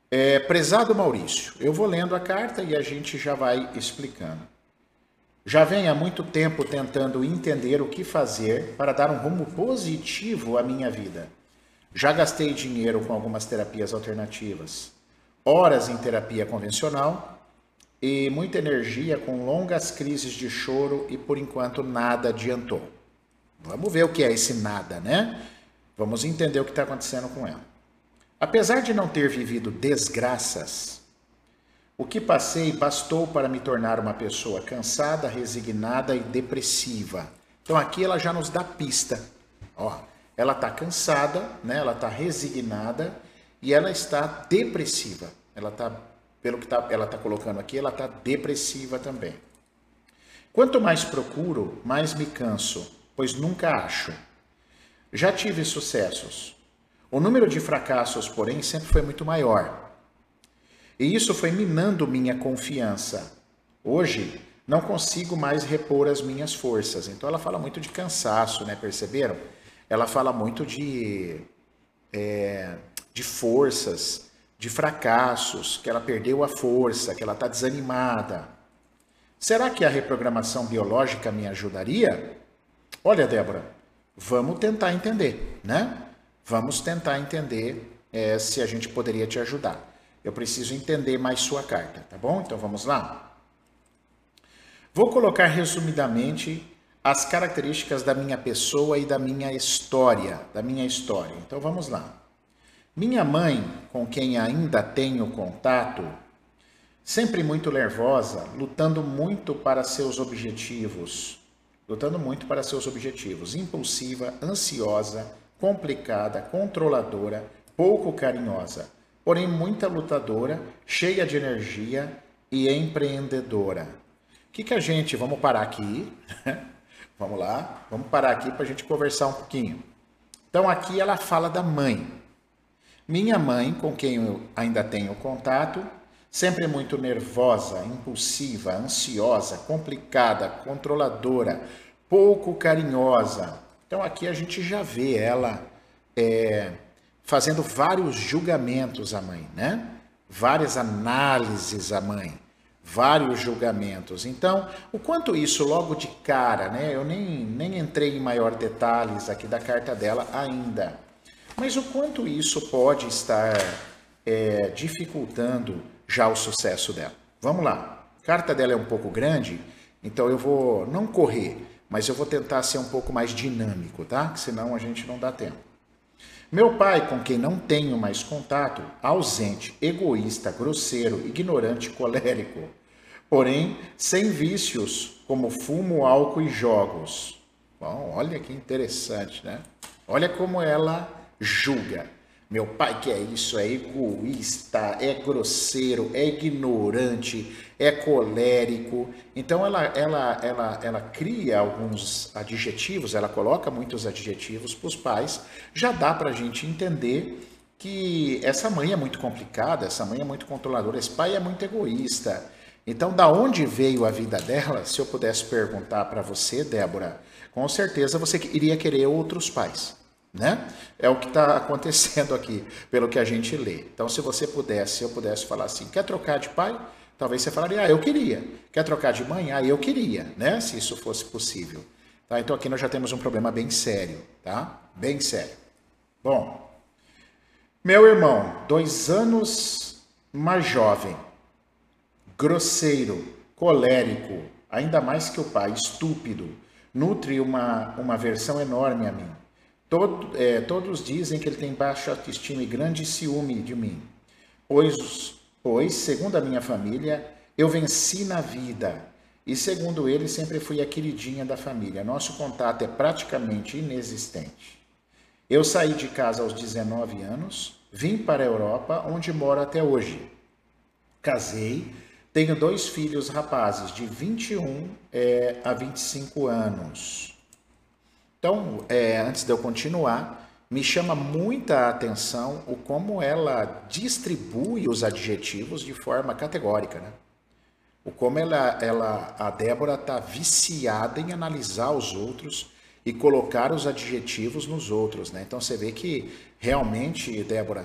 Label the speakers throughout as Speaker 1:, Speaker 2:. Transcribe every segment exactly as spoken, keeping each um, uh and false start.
Speaker 1: É, prezado Maurício, eu vou lendo a carta e a gente já vai explicando. Já venho há muito tempo tentando entender o que fazer para dar um rumo positivo à minha vida. Já gastei dinheiro com algumas terapias alternativas, horas em terapia convencional e muita energia com longas crises de choro e por enquanto nada adiantou. Vamos ver o que é esse nada, né? Vamos entender o que está acontecendo com ela. Apesar de não ter vivido desgraças, o que passei bastou para me tornar uma pessoa cansada, resignada e depressiva. Então aqui ela já nos dá pista. Ó, ela está cansada, né? Ela está resignada e ela está depressiva. Ela está, pelo que tá, ela está colocando aqui, ela está depressiva também. Quanto mais procuro, mais me canso, pois nunca acho. Já tive sucessos. O número de fracassos, porém, sempre foi muito maior. E isso foi minando minha confiança. Hoje, não consigo mais repor as minhas forças. Então, ela fala muito de cansaço, né? Perceberam? Ela fala muito de, é, de forças, de fracassos, que ela perdeu a força, que ela está desanimada. Será que a reprogramação biológica me ajudaria? Olha, Débora, vamos tentar entender, né? Vamos tentar entender é, se a gente poderia te ajudar. Eu preciso entender mais sua carta, tá bom? Então vamos lá? Vou colocar resumidamente as características da minha pessoa e da minha história, da minha história. Então vamos lá. Minha mãe, com quem ainda tenho contato, sempre muito nervosa, lutando muito para seus objetivos, lutando muito para seus objetivos, impulsiva, ansiosa, complicada, controladora, pouco carinhosa, porém muita lutadora, cheia de energia e empreendedora. O que que a gente, vamos parar aqui, vamos lá, vamos parar aqui para a gente conversar um pouquinho. Então aqui ela fala da mãe. Minha mãe, com quem eu ainda tenho contato, sempre muito nervosa, impulsiva, ansiosa, complicada, controladora, pouco carinhosa. Então aqui a gente já vê ela é, fazendo vários julgamentos à mãe, né? Várias análises à mãe, vários julgamentos. Então, o quanto isso logo de cara, né? Eu nem, nem entrei em maior detalhes aqui da carta dela ainda. Mas o quanto isso pode estar é, dificultando já o sucesso dela. Vamos lá. A carta dela é um pouco grande, então eu vou não correr, mas eu vou tentar ser um pouco mais dinâmico, tá? Senão a gente não dá tempo. Meu pai, com quem não tenho mais contato, ausente, egoísta, grosseiro, ignorante, colérico, porém sem vícios como fumo, álcool e jogos. Bom, olha que interessante, né? Olha como ela julga. Meu pai que é isso, é egoísta, é grosseiro, é ignorante, é colérico. Então ela, ela, ela, ela cria alguns adjetivos, ela coloca muitos adjetivos para os pais. Já dá para a gente entender que essa mãe é muito complicada, essa mãe é muito controladora, esse pai é muito egoísta. Então, da onde veio a vida dela? Se eu pudesse perguntar para você, Débora, com certeza você iria querer outros pais. Né? É o que está acontecendo aqui, pelo que a gente lê. Então, se você pudesse, se eu pudesse falar assim, quer trocar de pai? Talvez você falaria, ah, eu queria. Quer trocar de mãe? Ah, eu queria, né? Se isso fosse possível. Tá? Então, aqui nós já temos um problema bem sério, tá? Bem sério. Bom, meu irmão, dois anos mais jovem, grosseiro, colérico, ainda mais que o pai, estúpido, nutre uma, uma aversão enorme a mim. Todo, é, todos dizem que ele tem baixa autoestima e grande ciúme de mim, pois, pois, segundo a minha família, eu venci na vida e, segundo ele, sempre fui a queridinha da família. Nosso contato é praticamente inexistente. Eu saí de casa aos dezenove anos, vim para a Europa, onde moro até hoje. Casei, tenho dois filhos rapazes de vinte e um é, a vinte e cinco anos. Então, é, antes de eu continuar, me chama muita atenção o como ela distribui os adjetivos de forma categórica, né? O como ela, ela, a Débora está viciada em analisar os outros e colocar os adjetivos nos outros, né? Então você vê que realmente, Débora,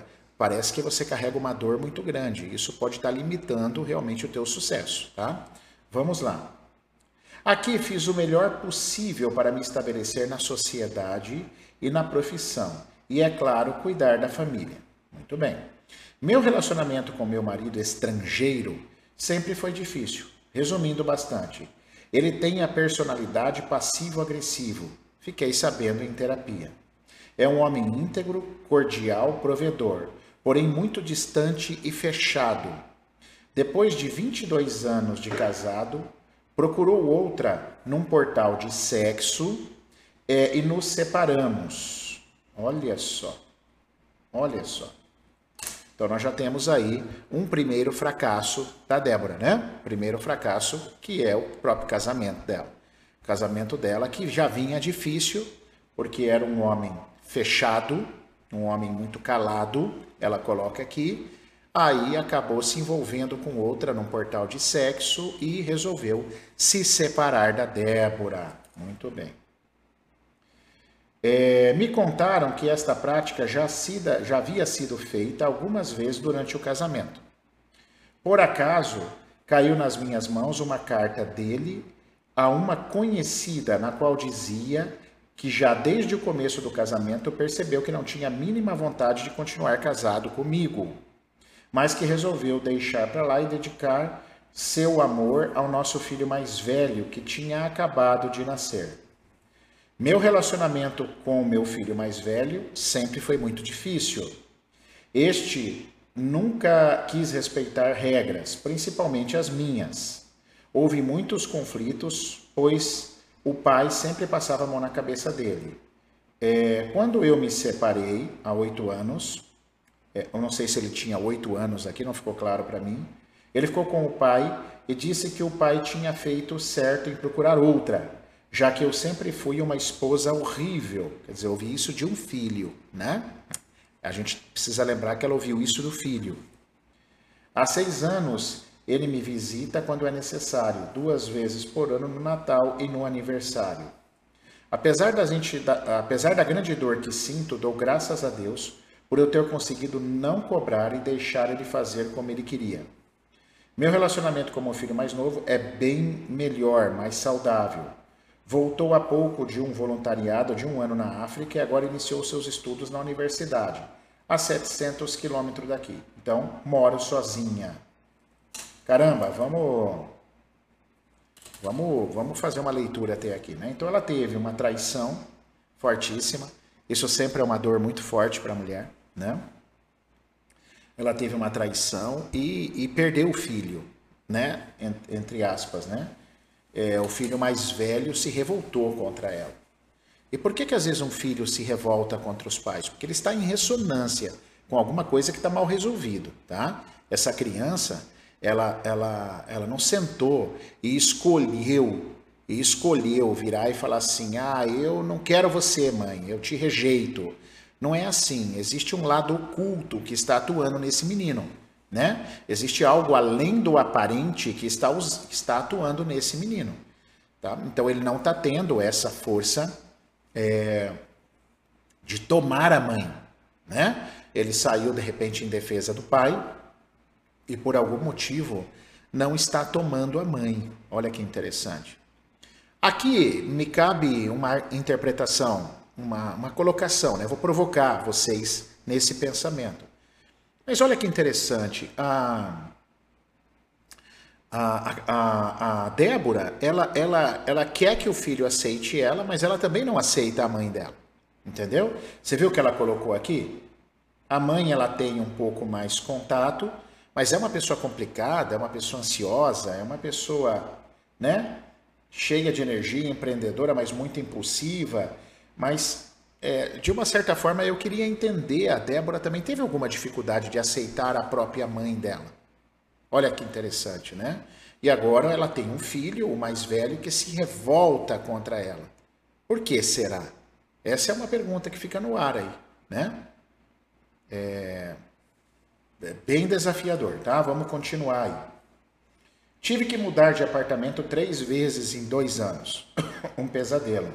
Speaker 1: parece que você carrega uma dor muito grande. Isso pode estar limitando realmente o teu sucesso, tá? Vamos lá. Aqui fiz o melhor possível para me estabelecer na sociedade e na profissão. E, é claro, cuidar da família. Muito bem. Meu relacionamento com meu marido estrangeiro sempre foi difícil. Resumindo bastante, ele tem a personalidade passivo-agressivo. Fiquei sabendo em terapia. É um homem íntegro, cordial, provedor, porém muito distante e fechado. Depois de vinte e dois anos de casado, procurou outra num portal de sexo é, e nos separamos. Olha só, olha só. Então nós já temos aí um primeiro fracasso da Débora, né? Primeiro fracasso que é o próprio casamento dela. O casamento dela que já vinha difícil, porque era um homem fechado, um homem muito calado, ela coloca aqui, aí acabou se envolvendo com outra num portal de sexo e resolveu se separar da Débora. Muito bem. É, me contaram que esta prática já, sida, já havia sido feita algumas vezes durante o casamento. Por acaso, caiu nas minhas mãos uma carta dele a uma conhecida na qual dizia que já desde o começo do casamento percebeu que não tinha a mínima vontade de continuar casado comigo, mas que resolveu deixar para lá e dedicar seu amor ao nosso filho mais velho, que tinha acabado de nascer. Meu relacionamento com o meu filho mais velho sempre foi muito difícil. Este nunca quis respeitar regras, principalmente as minhas. Houve muitos conflitos, pois o pai sempre passava a mão na cabeça dele. É, quando eu me separei, há oito anos, é, eu não sei se ele tinha oito anos aqui, não ficou claro para mim, ele ficou com o pai e disse que o pai tinha feito certo em procurar outra, já que eu sempre fui uma esposa horrível. Quer dizer, eu ouvi isso de um filho, né? A gente precisa lembrar que ela ouviu isso do filho. Há seis anos, ele me visita quando é necessário, duas vezes por ano no Natal e no aniversário. Apesar, das entida... Apesar da grande dor que sinto, dou graças a Deus por eu ter conseguido não cobrar e deixar ele fazer como ele queria. Meu relacionamento com o filho mais novo é bem melhor, mais saudável. Voltou há pouco de um voluntariado de um ano na África e agora iniciou seus estudos na universidade, a setecentos quilômetros daqui. Então, moro sozinha. Caramba, vamos, vamos, vamos fazer uma leitura até aqui, né? Então ela teve uma traição fortíssima. Isso sempre é uma dor muito forte para a mulher, né? Ela teve uma traição e, e perdeu o filho, né? Entre aspas, né? É, o filho mais velho se revoltou contra ela. E por que que às vezes um filho se revolta contra os pais? Porque ele está em ressonância com alguma coisa que está mal resolvido, tá? Essa criança... Ela, ela, ela não sentou e escolheu, e escolheu virar e falar assim, ah, eu não quero você, mãe, eu te rejeito. Não é assim, existe um lado oculto que está atuando nesse menino, né? Existe algo além do aparente que está, que está atuando nesse menino, tá? Então ele não está tendo essa força é, de tomar a mãe, né? Ele saiu de repente em defesa do pai, e por algum motivo não está tomando a mãe. Olha que interessante. Aqui me cabe uma interpretação, uma, uma colocação, né? Vou provocar vocês nesse pensamento. Mas olha que interessante, a, a, a, a Débora, ela, ela, ela quer que o filho aceite ela, mas ela também não aceita a mãe dela, entendeu? Você viu o que ela colocou aqui? A mãe, ela tem um pouco mais contato, mas é uma pessoa complicada, é uma pessoa ansiosa, é uma pessoa, né, cheia de energia, empreendedora, mas muito impulsiva. Mas, é, de uma certa forma, eu queria entender, a Débora também teve alguma dificuldade de aceitar a própria mãe dela. Olha que interessante, né? E agora ela tem um filho, o mais velho, que se revolta contra ela. Por que será? Essa é uma pergunta que fica no ar aí, né? É... É bem desafiador, tá? Vamos continuar aí. Tive que mudar de apartamento três vezes em dois anos. Um pesadelo.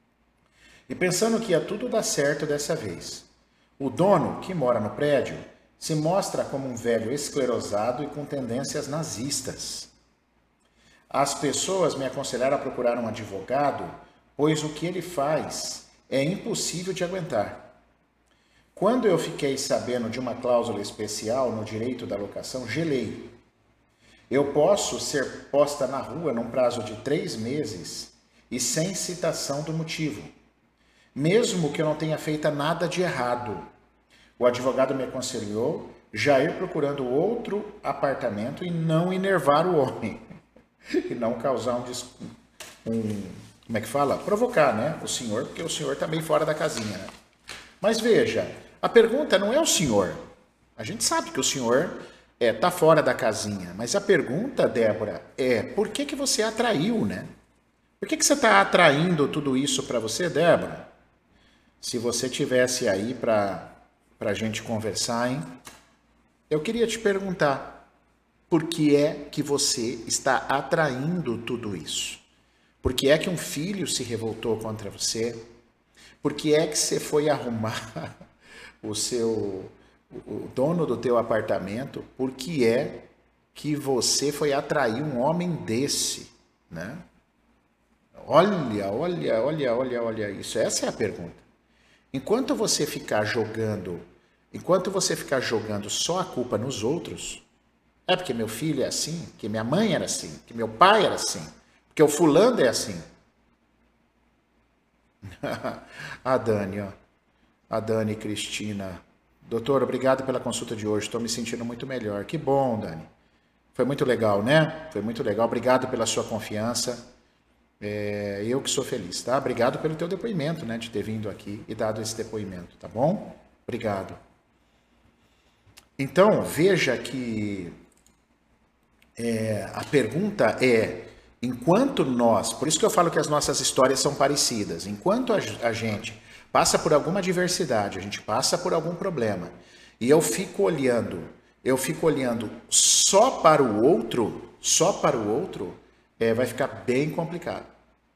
Speaker 1: E pensando que ia tudo dar certo dessa vez. O dono, que mora no prédio, se mostra como um velho esclerosado e com tendências nazistas. As pessoas me aconselharam a procurar um advogado, pois o que ele faz é impossível de aguentar. Quando eu fiquei sabendo de uma cláusula especial no direito da locação, gelei. Eu posso ser posta na rua num prazo de três meses e sem citação do motivo, mesmo que eu não tenha feito nada de errado. O advogado me aconselhou já ir procurando outro apartamento e não enervar o homem. E não causar um, um... Como é que fala? Provocar, né? O senhor, porque o senhor está meio fora da casinha, né? Mas veja, a pergunta não é o senhor. A gente sabe que o senhor está é, tá fora da casinha. Mas a pergunta, Débora, é por que, que você atraiu, né? Por que, que você está atraindo tudo isso para você, Débora? Se você tivesse aí para a gente conversar, hein? Eu queria te perguntar, por que é que você está atraindo tudo isso? Por que é que um filho se revoltou contra você? Por que é que você foi arrumar o seu o dono do teu apartamento? Por que é que você foi atrair um homem desse, né? Olha, olha, olha, olha, olha isso. Essa é a pergunta. Enquanto você ficar jogando, enquanto você ficar jogando só a culpa nos outros, é porque meu filho é assim, que minha mãe era assim, que meu pai era assim, porque o fulano é assim. A Dani, ó. A Dani Cristina. Doutor, obrigado pela consulta de hoje. Estou me sentindo muito melhor. Que bom, Dani. Foi muito legal, né? Foi muito legal. Obrigado pela sua confiança. É, eu que sou feliz, tá? Obrigado pelo teu depoimento, né? De ter vindo aqui e dado esse depoimento, tá bom? Obrigado. Então, veja que é, a pergunta é, enquanto nós, por isso que eu falo que as nossas histórias são parecidas, enquanto a, a gente passa por alguma adversidade, a gente passa por algum problema, e eu fico olhando, eu fico olhando só para o outro, só para o outro, é, vai ficar bem complicado.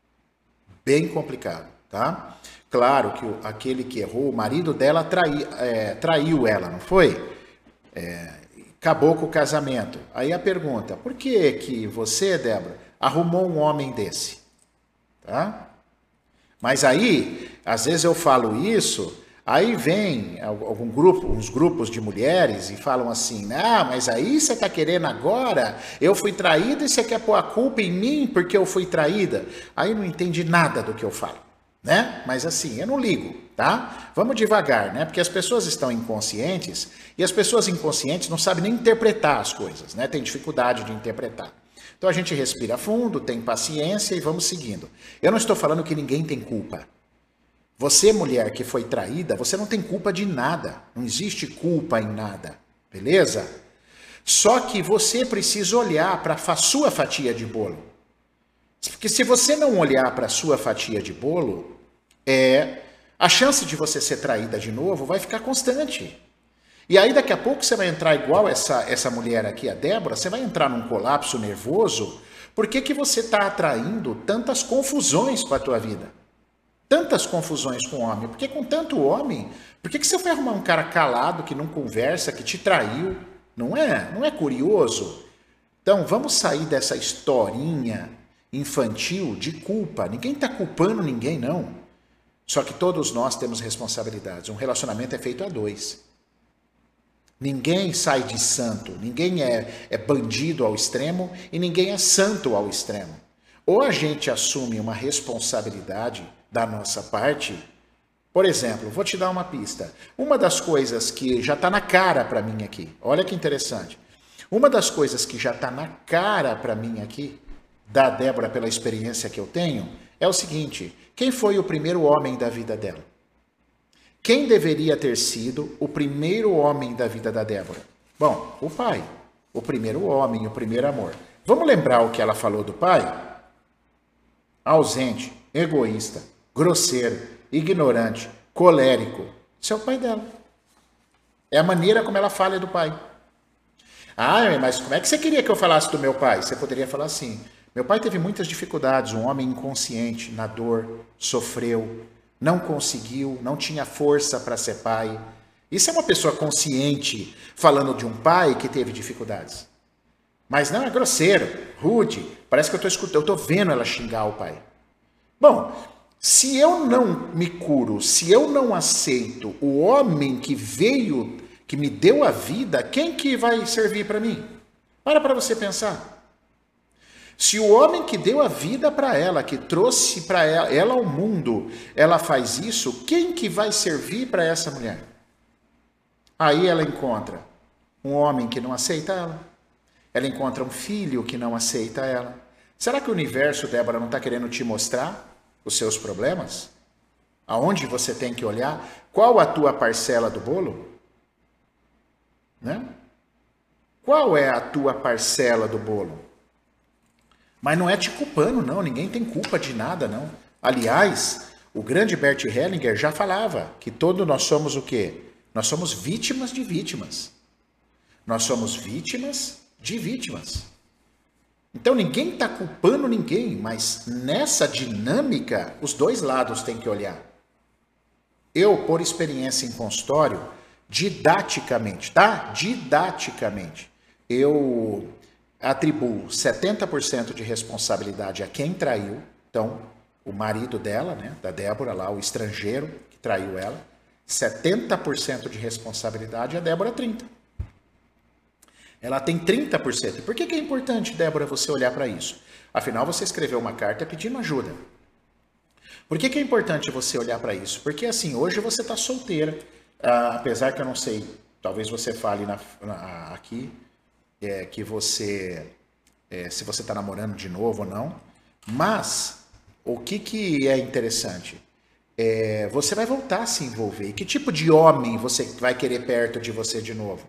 Speaker 1: Bem complicado, tá? Claro que o, aquele que errou, o marido dela trai, é, traiu ela, não foi? É, acabou com o casamento. Aí a pergunta, por que que você, Débora, arrumou um homem desse? Tá? Mas aí, às vezes eu falo isso, aí vem algum grupo, uns grupos de mulheres e falam assim, ah, mas aí você está querendo agora, eu fui traída e você quer pôr a culpa em mim porque eu fui traída? Aí não entende nada do que eu falo, né? Mas assim, eu não ligo, tá? Vamos devagar, né? Porque as pessoas estão inconscientes e as pessoas inconscientes não sabem nem interpretar as coisas, né? Tem dificuldade de interpretar. Então a gente respira fundo, tem paciência e vamos seguindo. Eu não estou falando que ninguém tem culpa. Você, mulher que foi traída, você não tem culpa de nada. Não existe culpa em nada, beleza? Só que você precisa olhar para a sua fatia de bolo. Porque se você não olhar para a sua fatia de bolo, é, a chance de você ser traída de novo vai ficar constante. E aí daqui a pouco você vai entrar igual essa, essa mulher aqui, a Débora, você vai entrar num colapso nervoso. Por que que você está atraindo tantas confusões para a tua vida? Tantas confusões com o homem. Porque com tanto homem, por que que você vai arrumar um cara calado, que não conversa, que te traiu? Não é? Não é curioso? Então vamos sair dessa historinha infantil de culpa. Ninguém está culpando ninguém, não. Só que todos nós temos responsabilidades. Um relacionamento é feito a dois. Ninguém sai de santo, ninguém é, é bandido ao extremo e ninguém é santo ao extremo. Ou a gente assume uma responsabilidade da nossa parte. Por exemplo, vou te dar uma pista. Uma das coisas que já está na cara para mim aqui, olha que interessante. Uma das coisas que já está na cara para mim aqui, da Débora pela experiência que eu tenho, é o seguinte: quem foi o primeiro homem da vida dela? Quem deveria ter sido o primeiro homem da vida da Débora? Bom, o pai. O primeiro homem, o primeiro amor. Vamos lembrar o que ela falou do pai? Ausente, egoísta, grosseiro, ignorante, colérico. Isso é o pai dela. É a maneira como ela fala do pai. Ah, mas como é que você queria que eu falasse do meu pai? Você poderia falar assim: meu pai teve muitas dificuldades, um homem inconsciente, na dor, sofreu, não conseguiu, não tinha força para ser pai. Isso é uma pessoa consciente falando de um pai que teve dificuldades. Mas não é grosseiro, rude. Parece que eu estou escutando, eu estou vendo ela xingar o pai. Bom, se eu não me curo, se eu não aceito o homem que veio, que me deu a vida, quem que vai servir para mim? Para para você pensar. Se o homem que deu a vida para ela, que trouxe para ela, ela ao mundo, ela faz isso, quem que vai servir para essa mulher? Aí ela encontra um homem que não aceita ela. Ela encontra um filho que não aceita ela. Será que o universo, Débora, não está querendo te mostrar os seus problemas? Aonde você tem que olhar? Qual a tua parcela do bolo? Né? Qual é a tua parcela do bolo? Mas não é te culpando, não. Ninguém tem culpa de nada, não. Aliás, o grande Bert Hellinger já falava que todos nós somos o quê? Nós somos vítimas de vítimas. Nós somos vítimas de vítimas. Então ninguém está culpando ninguém, mas nessa dinâmica, os dois lados têm que olhar. Eu, por experiência em consultório, didaticamente, tá? Didaticamente, eu atribuo setenta por cento de responsabilidade a quem traiu, então, o marido dela, né, da Débora lá, o estrangeiro que traiu ela, setenta por cento de responsabilidade, a Débora trinta por cento. Ela tem trinta por cento. Por que que é importante, Débora, você olhar para isso? Afinal, você escreveu uma carta pedindo ajuda. Por que que é importante você olhar para isso? Porque assim, hoje você está solteira, ah, apesar que eu não sei, talvez você fale na, na, aqui, é, que você, é, se você está namorando de novo ou não, mas o que que é interessante? É, você vai voltar a se envolver. E que tipo de homem você vai querer perto de você de novo?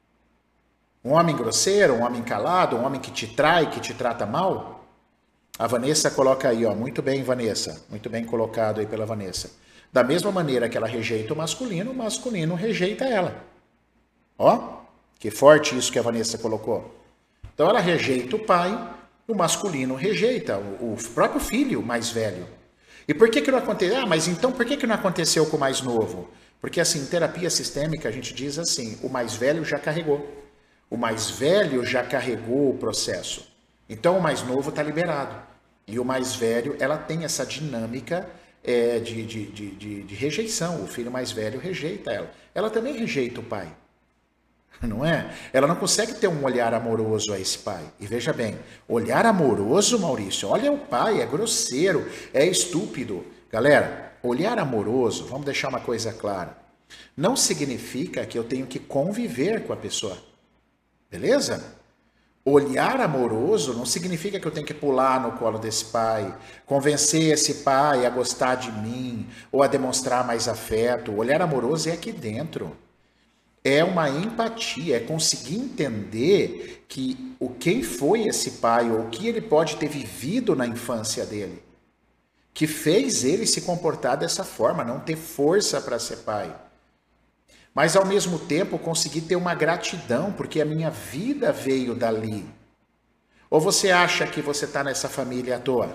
Speaker 1: Um homem grosseiro, um homem calado, um homem que te trai, que te trata mal? A Vanessa coloca aí, ó, muito bem, Vanessa, muito bem colocado aí pela Vanessa. Da mesma maneira que ela rejeita o masculino, o masculino rejeita ela. Ó, que forte isso que a Vanessa colocou. Então ela rejeita o pai, o masculino rejeita o, o próprio filho mais velho. E por que que não aconteceu? Ah, mas então por que que não aconteceu com o mais novo? Porque assim, em terapia sistêmica a gente diz assim, o mais velho já carregou. O mais velho já carregou o processo. Então o mais novo está liberado. E o mais velho, ela tem essa dinâmica é, de, de, de, de, de rejeição. O filho mais velho rejeita ela. Ela também rejeita o pai. Não é? Ela não consegue ter um olhar amoroso a esse pai. E veja bem, olhar amoroso, Maurício, olha o pai, é grosseiro, é estúpido. Galera, olhar amoroso, vamos deixar uma coisa clara, não significa que eu tenho que conviver com a pessoa. Beleza? Olhar amoroso não significa que eu tenho que pular no colo desse pai, convencer esse pai a gostar de mim ou a demonstrar mais afeto. O olhar amoroso é aqui dentro. É uma empatia, é conseguir entender que o quem foi esse pai ou o que ele pode ter vivido na infância dele, que fez ele se comportar dessa forma, não ter força para ser pai. Mas, ao mesmo tempo, conseguir ter uma gratidão, porque a minha vida veio dali. Ou você acha que você está nessa família à toa?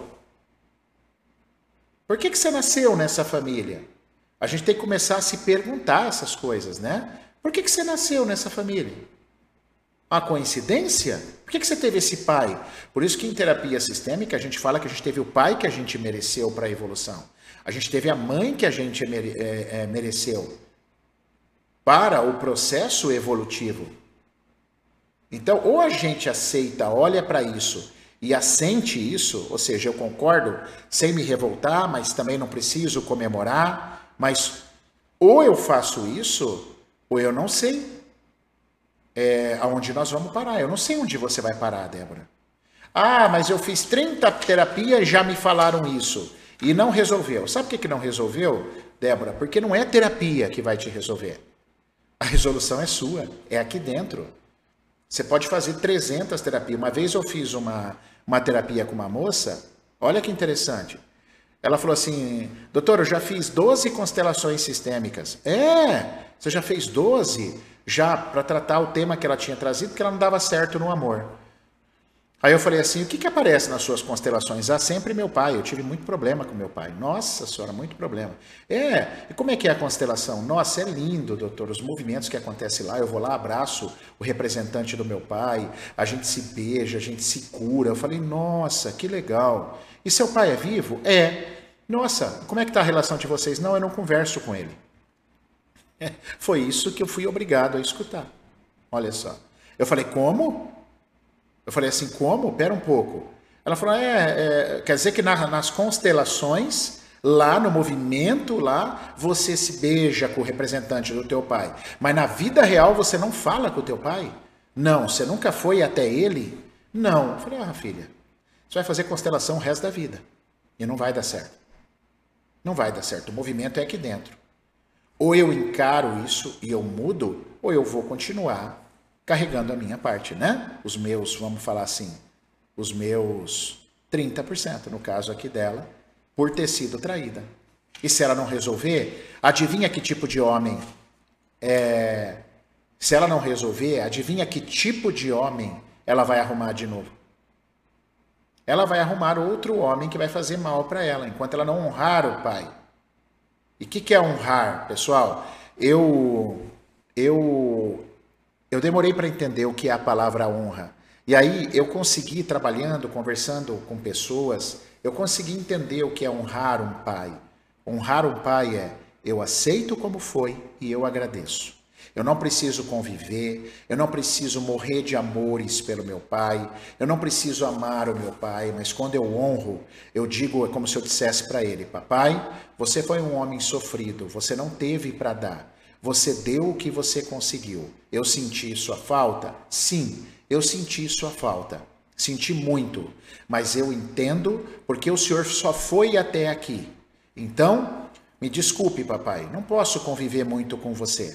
Speaker 1: Por que que você nasceu nessa família? A gente tem que começar a se perguntar essas coisas, né? Por que que você nasceu nessa família? Uma coincidência? Por que que você teve esse pai? Por isso que em terapia sistêmica a gente fala que a gente teve o pai que a gente mereceu para a evolução. A gente teve a mãe que a gente mere- é, é, mereceu para o processo evolutivo. Então, ou a gente aceita, olha para isso e assente isso, ou seja, eu concordo sem me revoltar, mas também não preciso comemorar, mas ou eu faço isso, ou eu não sei é, aonde nós vamos parar. Eu não sei onde você vai parar, Débora. Ah, mas eu fiz trinta terapias e já me falaram isso. E não resolveu. Sabe por que que não resolveu, Débora? Porque não é terapia que vai te resolver. A resolução é sua, é aqui dentro. Você pode fazer trezentas terapias. Uma vez eu fiz uma, uma terapia com uma moça, olha que interessante. Ela falou assim, doutor, eu já fiz doze constelações sistêmicas. É, você já fez doze já para tratar o tema que ela tinha trazido, porque ela não dava certo no amor. Aí eu falei assim, o que, que aparece nas suas constelações? Ah, sempre meu pai, eu tive muito problema com meu pai. Nossa senhora, muito problema. É, e como é que é a constelação? Nossa, é lindo, doutor, os movimentos que acontecem lá, eu vou lá, abraço o representante do meu pai, a gente se beija, a gente se cura. Eu falei, nossa, que legal. E seu pai é vivo? É. Nossa, como é que está a relação de vocês? Não, eu não converso com ele. É, foi isso que eu fui obrigado a escutar. Olha só. Eu falei, como? Eu falei assim, como? Pera um pouco. Ela falou, é, é quer dizer que na, nas constelações, lá no movimento, lá, você se beija com o representante do teu pai. Mas na vida real você não fala com o teu pai? Não. Você nunca foi até ele? Não. Eu falei, ah, filha, você vai fazer constelação o resto da vida. E não vai dar certo. Não vai dar certo. O movimento é aqui dentro. Ou eu encaro isso e eu mudo, ou eu vou continuar carregando a minha parte, né? Os meus, vamos falar assim, os meus trinta por cento, no caso aqui dela, por ter sido traída. E se ela não resolver, adivinha que tipo de homem é... Se ela não resolver, adivinha que tipo de homem ela vai arrumar de novo? Ela vai arrumar outro homem que vai fazer mal para ela, enquanto ela não honrar o pai. E o que, que é honrar, pessoal? Eu... Eu... Eu demorei para entender o que é a palavra honra. E aí eu consegui, trabalhando, conversando com pessoas, eu consegui entender o que é honrar um pai. Honrar um pai é, eu aceito como foi e eu agradeço. Eu não preciso conviver, eu não preciso morrer de amores pelo meu pai, eu não preciso amar o meu pai, mas quando eu honro, eu digo, é como se eu dissesse para ele, papai, você foi um homem sofrido, você não teve para dar. Você deu o que você conseguiu. Eu senti sua falta? Sim, eu senti sua falta. Senti muito. Mas eu entendo porque o senhor só foi até aqui. Então, me desculpe, papai, não posso conviver muito com você.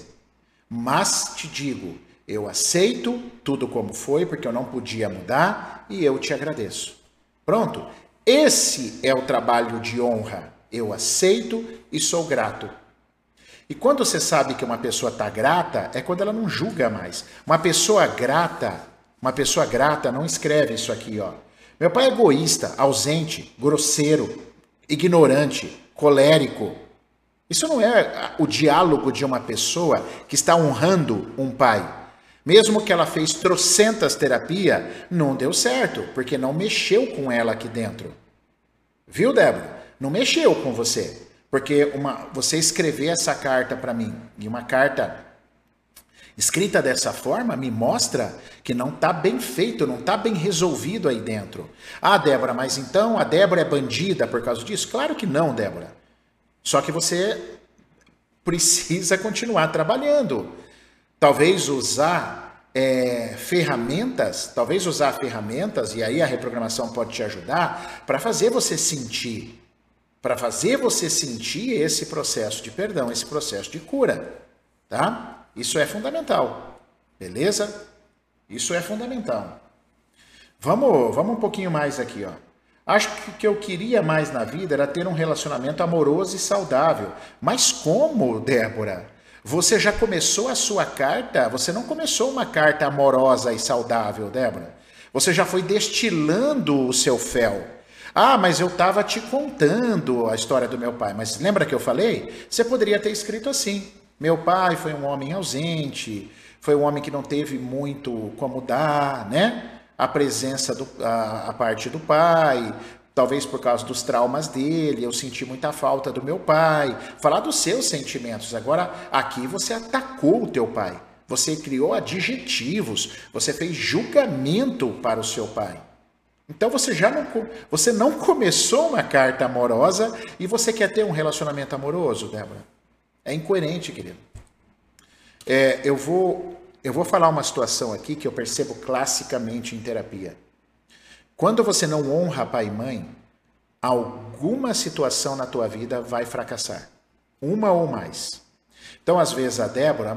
Speaker 1: Mas te digo, eu aceito tudo como foi, porque eu não podia mudar, e eu te agradeço. Pronto. Esse é o trabalho de honra. Eu aceito e sou grato. E quando você sabe que uma pessoa está grata, é quando ela não julga mais. Uma pessoa grata, uma pessoa grata não escreve isso aqui, ó. Meu pai é egoísta, ausente, grosseiro, ignorante, colérico. Isso não é o diálogo de uma pessoa que está honrando um pai. Mesmo que ela fez trocentas terapias, não deu certo, porque não mexeu com ela aqui dentro. Viu, Débora? Não mexeu com você. Porque uma, você escrever essa carta para mim, e uma carta escrita dessa forma, me mostra que não está bem feito, não está bem resolvido aí dentro. Ah, Débora, mas então a Débora é bandida por causa disso? Claro que não, Débora. Só que você precisa continuar trabalhando. Talvez usar é, ferramentas, talvez usar ferramentas, e aí a reprogramação pode te ajudar, para fazer você sentir para fazer você sentir esse processo de perdão, esse processo de cura, tá? Isso é fundamental, beleza? Isso é fundamental. Vamos, vamos um pouquinho mais aqui, ó. Acho que o que eu queria mais na vida era ter um relacionamento amoroso e saudável. Mas como, Débora? Você já começou a sua carta? Você não começou uma carta amorosa e saudável, Débora. Você já foi destilando o seu fel. Ah, mas eu estava te contando a história do meu pai. Mas lembra que eu falei? Você poderia ter escrito assim. Meu pai foi um homem ausente, foi um homem que não teve muito como dar, né? A presença, do, a, a parte do pai, talvez por causa dos traumas dele, eu senti muita falta do meu pai. Falar dos seus sentimentos. Agora, aqui você atacou o teu pai. Você criou adjetivos, você fez julgamento para o seu pai. Então você já não, você não começou uma carta amorosa e você quer ter um relacionamento amoroso, Débora? É incoerente, querido. É, eu, vou, eu vou falar uma situação aqui que eu percebo classicamente em terapia. Quando você não honra pai e mãe, alguma situação na tua vida vai fracassar. Uma ou mais. Então, às vezes, a Débora...